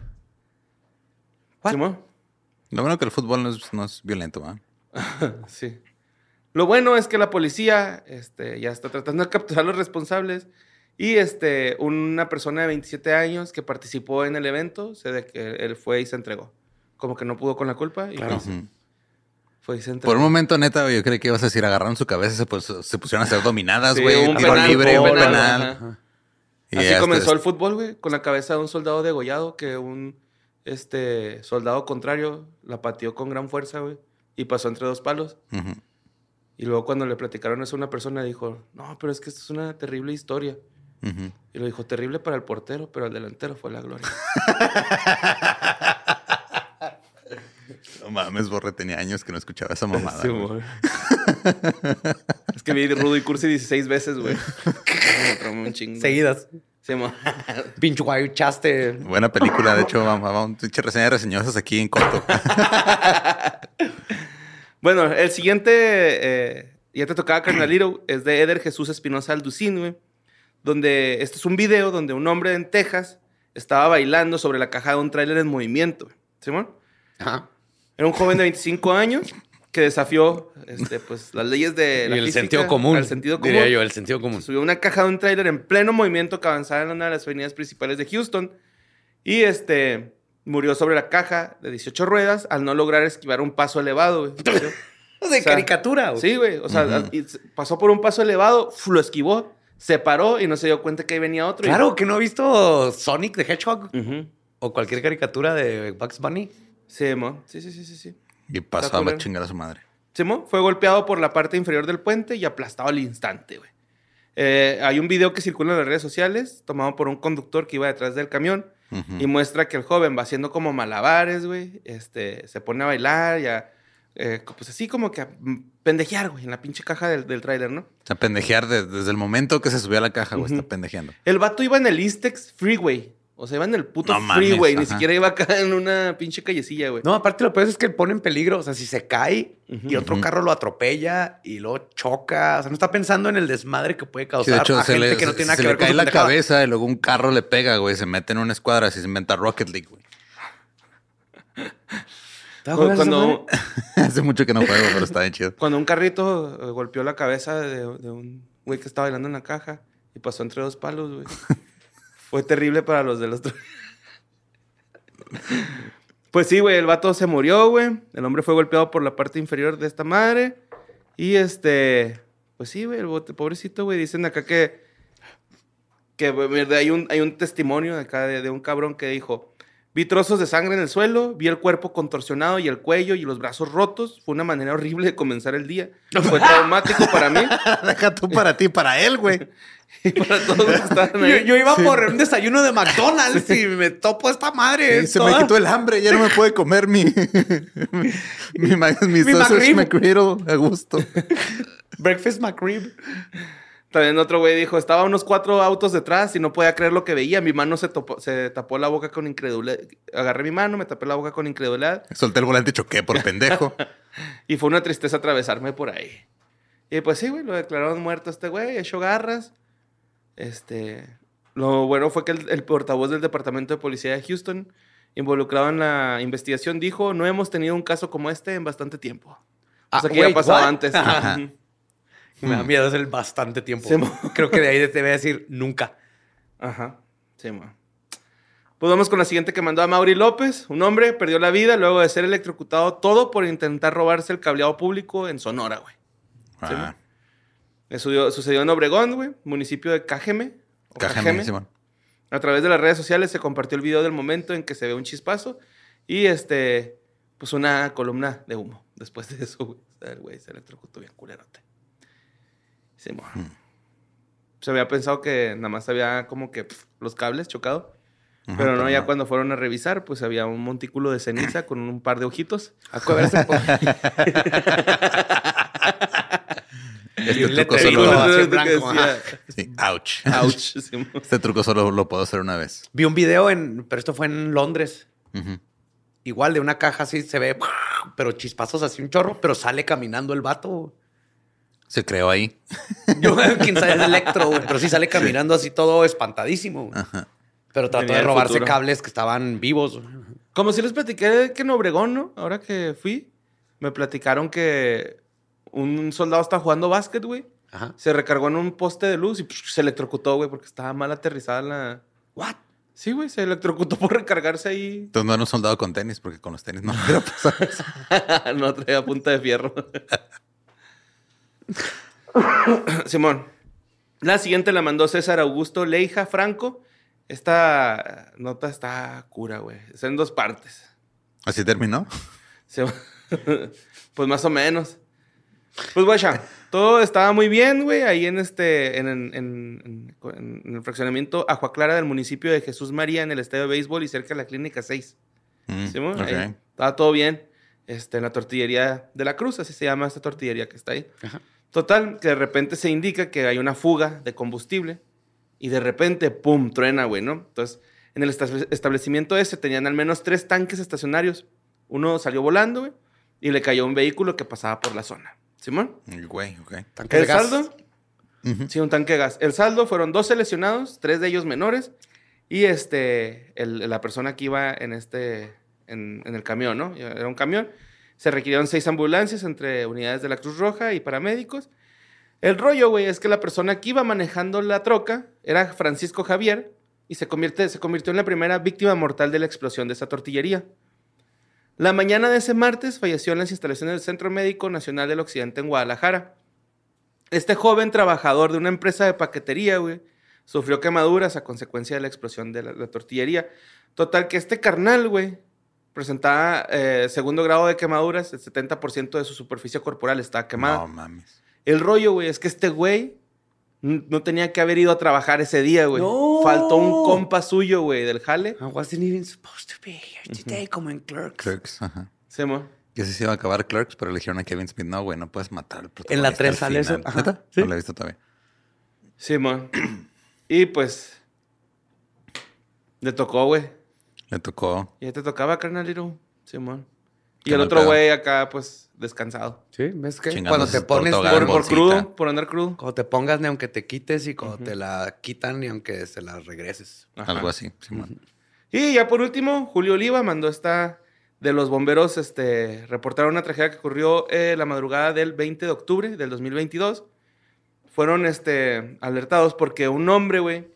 What? ¿Simón? Lo bueno que el fútbol no es violento, ¿va? Sí. Lo bueno es que la policía ya está tratando de capturar a los responsables. Y una persona de 27 años que participó en el evento, sé de que él fue y se entregó. Como que no pudo con la culpa y Claro. fue y se entregó. Por un momento, neta, güey, yo creí que ibas a decir, agarraron su cabeza y se pusieron a hacer dominadas, Sí, güey. un Tiro penal, libre, un gol, penal. ajá. Y Así ya comenzó el fútbol, güey, con la cabeza de un soldado degollado que un soldado contrario la pateó con gran fuerza, güey, y pasó entre dos palos. Ujú. Y luego cuando le platicaron eso a una persona dijo, no, pero es que esto es una terrible historia. Ujú. Y lo dijo, terrible para el portero, pero el delantero fue la gloria. No mames, Borre, tenía años que no escuchaba esa mamada. Sí, güey. güey. Es que vi Rudo y Cursi 16 veces, güey. Me traumó un chingo. Seguidas. Sí, mo. Pinche guayuchaste. Buena película, de hecho, vamos, pinche reseñas reseñosas aquí en corto. Bueno, el siguiente, ya te tocaba, carnalito, es de Eder Jesús Espinosa Alducín, güey. Donde, este es un video donde un hombre en Texas estaba bailando sobre la caja de un tráiler en movimiento, güey. ¿Simón? Ajá. Era un joven de 25 años que desafió pues, las leyes de Y la el física, sentido común. el sentido común. Diría yo, el sentido común. Subió una caja de un tráiler en pleno movimiento que avanzaba en una de las avenidas principales de Houston. Y murió sobre la caja de 18 ruedas al no lograr esquivar un paso elevado, güey. De caricatura, güey. Sí, güey. O sea, pasó por un paso elevado, lo esquivó, se paró y no se dio cuenta que ahí venía otro. Claro, que no he visto Sonic the Hedgehog Ujú. o cualquier caricatura de Bugs Bunny. Sí, mo. Sí. Y pasó a chingar a su madre. Simón fue golpeado por la parte inferior del puente y aplastado al instante, güey. Hay un video que circula en las redes sociales, tomado por un conductor que iba detrás del camión, y muestra que el joven va haciendo como malabares, güey. Se pone a bailar, ya, pues así como que a pendejear, güey, en la pinche caja del tráiler, ¿no? O sea, pendejear desde el momento que se subió a la caja, güey, está pendejeando. El vato iba en el Istex Freeway. O sea, iba en el puto No mames, freeway. Ni ajá. siquiera iba acá en una pinche callecilla, güey. No, aparte lo peor es que pone en peligro. O sea, si se cae y otro carro lo atropella y luego choca. O sea, no está pensando en el desmadre que puede Sí, causar de hecho, a gente que no tiene nada se que le ver con cae su la pendejada. cabeza y luego un carro le pega, güey. Se mete en una escuadra, así se inventa Rocket League, güey. ¿Te acuerdas de esa madre? Hace mucho que no juego, pero está bien chido. Cuando un carrito golpeó la cabeza de un güey que estaba bailando en la caja y pasó entre dos palos, güey. Fue terrible para los del otro. Pues sí, güey, el vato se murió, güey. El hombre fue golpeado por la parte inferior de esta madre. Y pues sí, güey, pobrecito, güey. Dicen acá que hay un testimonio de acá de un cabrón que dijo: vi trozos de sangre en el suelo, vi el cuerpo contorsionado y el cuello y los brazos rotos. Fue una manera horrible de comenzar el día. Fue traumático para mí Deja tú para ti, para él, güey. y para todos los que estaban ahí. Yo iba por un desayuno de McDonald's y me topo esta madre. Se me quitó el hambre, ya no me puede comer mi sausage McRib. McGriddle a gusto. Breakfast McRib. También otro güey dijo: estaba a unos 4 autos detrás y no podía creer lo que veía. Mi mano se tapó la boca con incredulidad. Agarré mi mano, me tapé la boca con incredulidad. Solté el volante y choqué por pendejo. Y fue una tristeza atravesarme por ahí. Y pues sí, güey, lo declararon muerto a este güey, echó garras. Lo bueno fue que el portavoz del Departamento de Policía de Houston, involucrado en la investigación, dijo: no hemos tenido un caso como este en bastante tiempo. O sea, que ya wait, pasado what? antes. Ajá. Ujú. Me da miedo hacer bastante tiempo. Sí, Creo que de ahí te voy a decir nunca. Ajá. Sí, ma. Pues vamos con la siguiente que mandó a Mauri López. Un hombre perdió la vida luego de ser electrocutado, todo por intentar robarse el cableado público en Sonora, güey. Ah, Sucedió en Obregón, güey, municipio de Cajeme. o Cajeme, Simón. A través de las redes sociales se compartió el video del momento en que se ve un chispazo y pues una columna de humo. Después de eso, güey, el güey se electrocutó bien culerote. Sí, bueno. Se había pensado que nada más había como que los cables chocado. Pero no, ya cuando fueron a revisar, pues había un montículo de ceniza con un par de ojitos. Este un truco letrerito solo... así en Que blanco. decía, Ajá. Sí, ouch. ouch. Sí, mo. Este truco solo lo puedo hacer una vez. Vi un video pero esto fue en Londres. Ujú. Igual de una caja así se ve, pero chispazos así un chorro, pero sale caminando el vato. Se creó ahí. Yo, quién sabe, es electro, güey, pero sí sale caminando así todo espantadísimo, güey. Ajá. Pero trató Venía de del robarse futuro. cables que estaban vivos. Como si les platiqué que en Obregón, ¿no? Ahora que fui, me platicaron que un soldado estaba jugando básquet, güey. Ajá. Se recargó en un poste de luz y se electrocutó, güey, porque estaba mal aterrizada la... ¿What? Sí, güey, se electrocutó por recargarse ahí. Entonces no era un soldado con tenis, porque con los tenis no hubiera pasado eso. No traía punta de fierro. Simón. La siguiente la mandó César Augusto Leija Franco. Esta nota está cura, güey. Está en 2 partes. ¿Así terminó? Pues más o menos. Pues, guacha, todo estaba muy bien, güey, ahí en el fraccionamiento Agua Clara del municipio de Jesús María, en el estadio de béisbol y cerca de la Clínica 6. ¿Sí, mo? Ok. Ahí estaba todo bien. En la tortillería de la Cruz, así se llama esta tortillería que está ahí. Ajá. Total, que de repente se indica que hay una fuga de combustible y de repente, ¡pum!, truena, güey, ¿no? Entonces, en el establecimiento ese tenían al menos 3 tanques estacionarios. Uno salió volando, güey, y le cayó a un vehículo que pasaba por la zona. ¿Simón? Güey, ok. Tanque de El gas. saldo, sí, un tanque de gas. El saldo fueron 12 lesionados, 3 de ellos menores, y la persona que iba en el camión, ¿no? Era un camión. Se requirieron 6 ambulancias entre unidades de la Cruz Roja y paramédicos. El rollo, güey, es que la persona que iba manejando la troca era Francisco Javier, y se convirtió en la primera víctima mortal de la explosión de esta tortillería. La mañana de ese martes falleció en las instalaciones del Centro Médico Nacional del Occidente en Guadalajara. Este joven trabajador de una empresa de paquetería, güey, sufrió quemaduras a consecuencia de la explosión de la tortillería. Total, que este carnal, güey, presentaba segundo grado de quemaduras. El 70% de su superficie corporal estaba quemada. No mames. El rollo, güey, es que este güey no tenía que haber ido a trabajar ese día, güey. No. Faltó un compa suyo, güey, del jale. I wasn't even supposed to be here today, como en Clerks. Clerks, ajá. Se mo. Que sí se iba a acabar Clerks, pero eligieron a Kevin Smith. No, güey, no puedes matar al protagonista. En la 3 al sale final. eso. Ajá. ¿Neta? ¿Sí? No lo he visto todavía. Sí, mo. Y pues le tocó, güey. Le tocó. Ya te tocaba, carnalito. Simón. Y Qué el mal otro pedo. güey acá, pues, descansado. Sí, ¿ves qué? Chingándose Cuando te su pones... tortuga en Por bolsita. crudo, por andar crudo. Cuando te pongas, ni aunque te quites, y cuando te la quitan, ni aunque se la regreses. Ajá. Algo así, Simón. Y ya por último, Julio Oliva mandó de los bomberos, reportaron una tragedia que ocurrió la madrugada del 20 de octubre del 2022. Fueron, alertados porque un hombre, güey,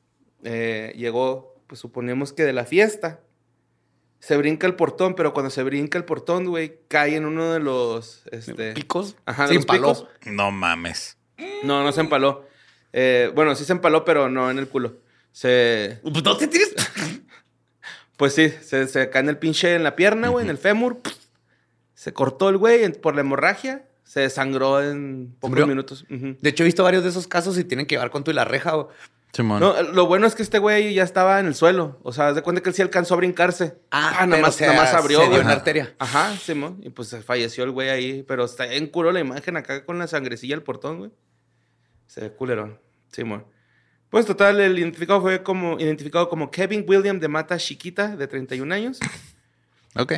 llegó, pues suponemos que de la fiesta. Se brinca el portón, pero cuando se brinca el portón, güey, cae en uno de los, ¿Picos? Ajá, de ¿Se los empaló? picos. No mames. No se empaló. Bueno, sí se empaló, pero no en el culo. Pues no te tires. Pues sí, se cae en el pinche en la pierna, güey, en el fémur. Se cortó el güey por la hemorragia. Se desangró en pocos murió? minutos. Ujú. De hecho, he visto varios de esos casos y tienen que llevar con tú y la reja. Güey. Simón. No, lo bueno es que este güey ya estaba en el suelo. O sea, haz de cuenta que él sí alcanzó a brincarse. pero nada más abrió. se dio güey. una arteria. Ajá, Simón. Y pues falleció el güey ahí. Pero está en culo la imagen acá con la sangrecilla del portón, güey. Se ve culerón. Simón. Pues total, el identificado fue identificado como Kevin William de Mata Chiquita, de 31 años. Ok.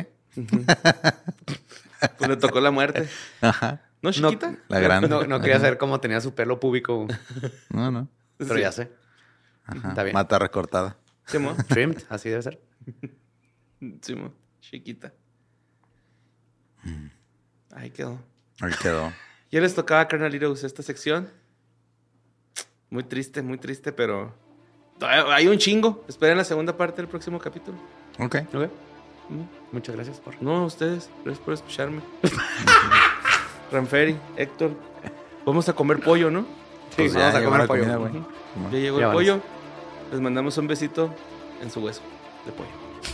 Pues le tocó la muerte. Ajá. ¿No, Chiquita? La grande. No quería saber cómo tenía su pelo púbico. Güey. No. Pero Sí. ya sé. Ajá. Está bien. Mata recortada. Simón. Trimmed, así debe ser. Simón. Chiquita. Ahí quedó. Ahí quedó. Ya les tocaba a Carnalitos esta sección. Muy triste, pero todavía hay un chingo. Esperen la segunda parte del próximo capítulo. Ok. Ok. Muchas gracias por... No, ustedes. Gracias por escucharme. Ranferi, Héctor. Vamos a comer pollo, ¿no? Sí, Pues vamos ya a llegó comer la pollo. comida, güey. Ya llegó Ya el vamos. pollo. Les mandamos un besito en su hueso de pollo.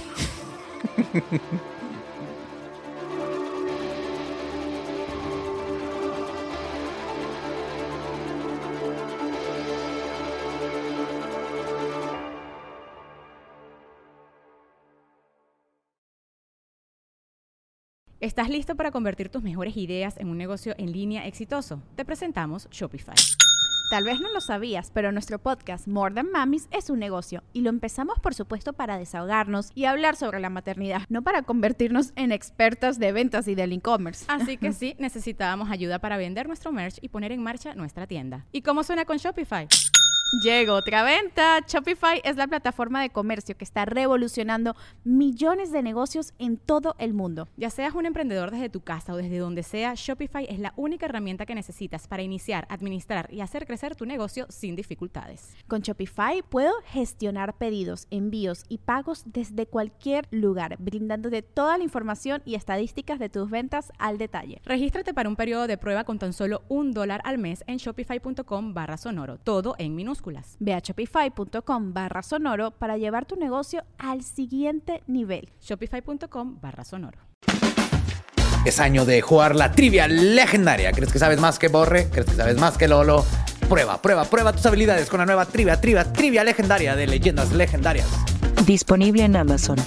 ¿Estás listo para convertir tus mejores ideas en un negocio en línea exitoso? Te presentamos Shopify. Tal vez no lo sabías, pero nuestro podcast More Than Mamis es un negocio y lo empezamos por supuesto para desahogarnos y hablar sobre la maternidad, no para convertirnos en expertas de ventas y del e-commerce. Así que sí, necesitábamos ayuda para vender nuestro merch y poner en marcha nuestra tienda. ¿Y cómo suena con Shopify? Llegó otra venta. Shopify es la plataforma de comercio que está revolucionando millones de negocios en todo el mundo. Ya seas un emprendedor desde tu casa o desde donde sea, Shopify es la única herramienta que necesitas para iniciar, administrar y hacer crecer tu negocio sin dificultades. Con Shopify puedo gestionar pedidos, envíos y pagos desde cualquier lugar, brindándote toda la información y estadísticas de tus ventas al detalle. Regístrate para un periodo de prueba con tan solo $1 al mes en shopify.com/sonoro, todo en minúsculas. Ve a shopify.com/sonoro para llevar tu negocio al siguiente nivel. Shopify.com/sonoro. Es año de jugar la trivia legendaria. ¿Crees que sabes más que Borre? ¿Crees que sabes más que Lolo? Prueba tus habilidades con la nueva trivia legendaria de Leyendas Legendarias. Disponible en Amazon.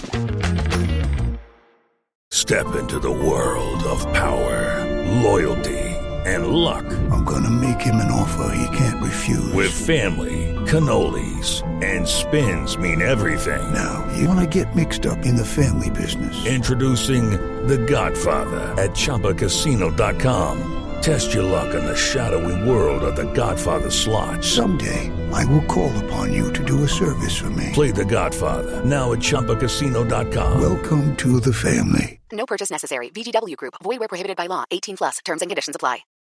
Step into the world of power, loyalty, and luck. I'm gonna make him an offer he can't refuse. With family, cannolis, and spins mean everything. Now, you wanna get mixed up in the family business. Introducing The Godfather at ChumbaCasino.com. Test your luck in the shadowy world of The Godfather slot. Someday, I will call upon you to do a service for me. Play The Godfather now at ChumbaCasino.com. Welcome to the family. No purchase necessary. VGW Group. Void where prohibited by law. 18+. Terms and conditions apply.